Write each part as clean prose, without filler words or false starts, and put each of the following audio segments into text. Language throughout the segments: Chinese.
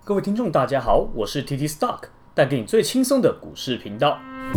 各位听众，大家好，我是 TT Stock， 带给你最轻松的股市频道。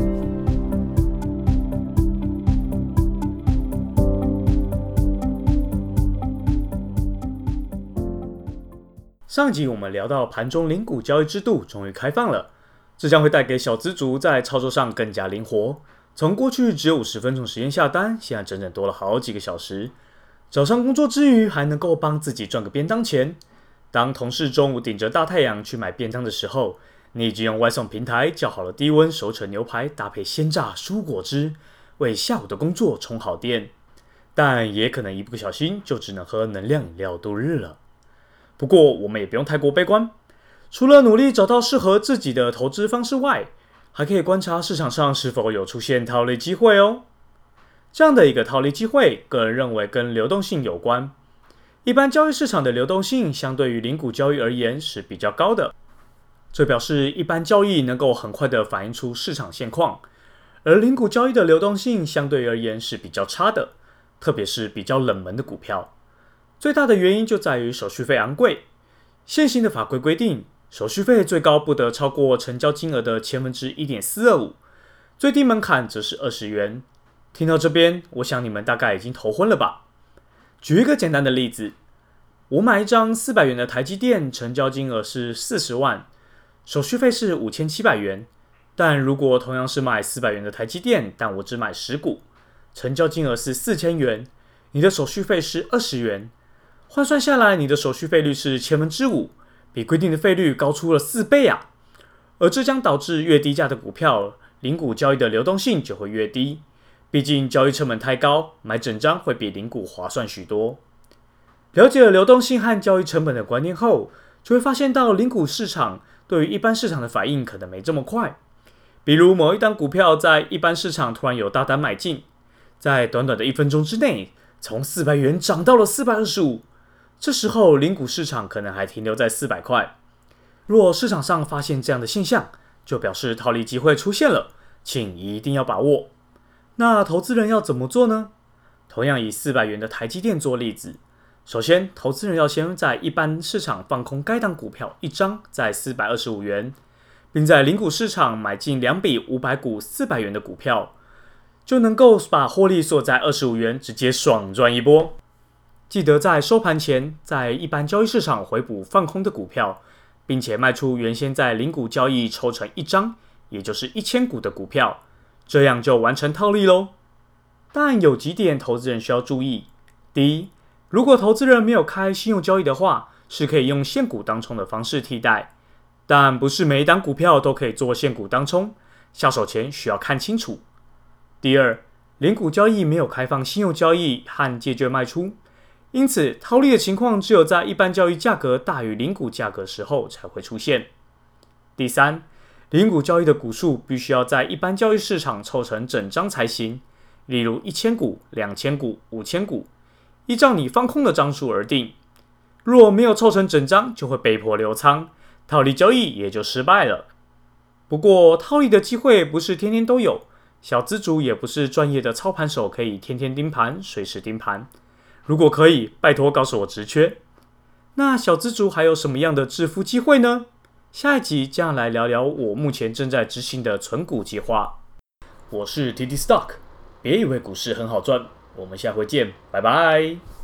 上一集我们聊到盘中零股交易制度终于开放了，这将会带给小资族在操作上更加灵活。从过去只有50分钟时间下单，现在整整多了好几个小时。早上工作之余，还能够帮自己赚个便当钱。当同事中午顶着大太阳去买便当的时候，你已经用外送平台叫好了低温熟成牛排，搭配鲜榨蔬果汁，为下午的工作充好电。但也可能一不小心就只能喝能量饮料度日了。不过我们也不用太过悲观，除了努力找到适合自己的投资方式外，还可以观察市场上是否有出现套利机会哦。这样的一个套利机会，个人认为跟流动性有关。一般交易市场的流动性相对于零股交易而言是比较高的，这表示一般交易能够很快的反映出市场现况，而零股交易的流动性相对而言是比较差的，特别是比较冷门的股票。最大的原因就在于手续费昂贵。现行的法规规定，手续费最高不得超过成交金额的1/1.425%，最低门槛则是20元。听到这边，我想你们大概已经头昏了吧？举一个简单的例子，我买一张400元的台积电，成交金额是40万，手续费是5700元。但如果同样是买400元的台积电，但我只买10股，成交金额是4000元，你的手续费是20元。换算下来，你的手续费率是5%，比规定的费率高出了4倍啊！而这将导致越低价的股票，零股交易的流动性就会越低。毕竟交易成本太高，买整张会比零股划算许多。了解了流动性和交易成本的观念后，就会发现到零股市场对于一般市场的反应可能没这么快。比如某一档股票在一般市场突然有大单买进，在短短的1分钟之内，从400元涨到了425，这时候零股市场可能还停留在400块。若市场上发现这样的现象，就表示套利机会出现了，请一定要把握。那投资人要怎么做呢？同样以400元的台积电做例子，首先投资人要先在一般市场放空该档股票一张在425元，并在零股市场买进2笔500股400元的股票，就能够把获利锁在25元，直接爽赚一波。记得在收盘前，在一般交易市场回补放空的股票，并且卖出原先在零股交易抽成一张，也就是1000股的股票，这样就完成套利咯。但有几点投资人需要注意。第一，如果投资人没有开信用交易的话，是可以用现股当冲的方式替代，但不是每一档股票都可以做现股当冲，下手前需要看清楚。第二，零股交易没有开放信用交易和借券卖出，因此套利的情况只有在一般交易价格大于零股价格时候才会出现。第三，零股交易的股数必须要在一般交易市场凑成整张才行，例如1000股、2000股、5000股，依照你放空的张数而定。若没有凑成整张，就会被迫留仓，套利交易也就失败了。不过套利的机会不是天天都有，小资族也不是专业的操盘手可以天天盯盘、随时盯盘。如果可以，拜托告诉我职缺。那小资族还有什么样的致富机会呢？下一集将来聊聊我目前正在执行的存股计划。我是 TT Stock， 别以为股市很好赚，我们下回见，拜拜。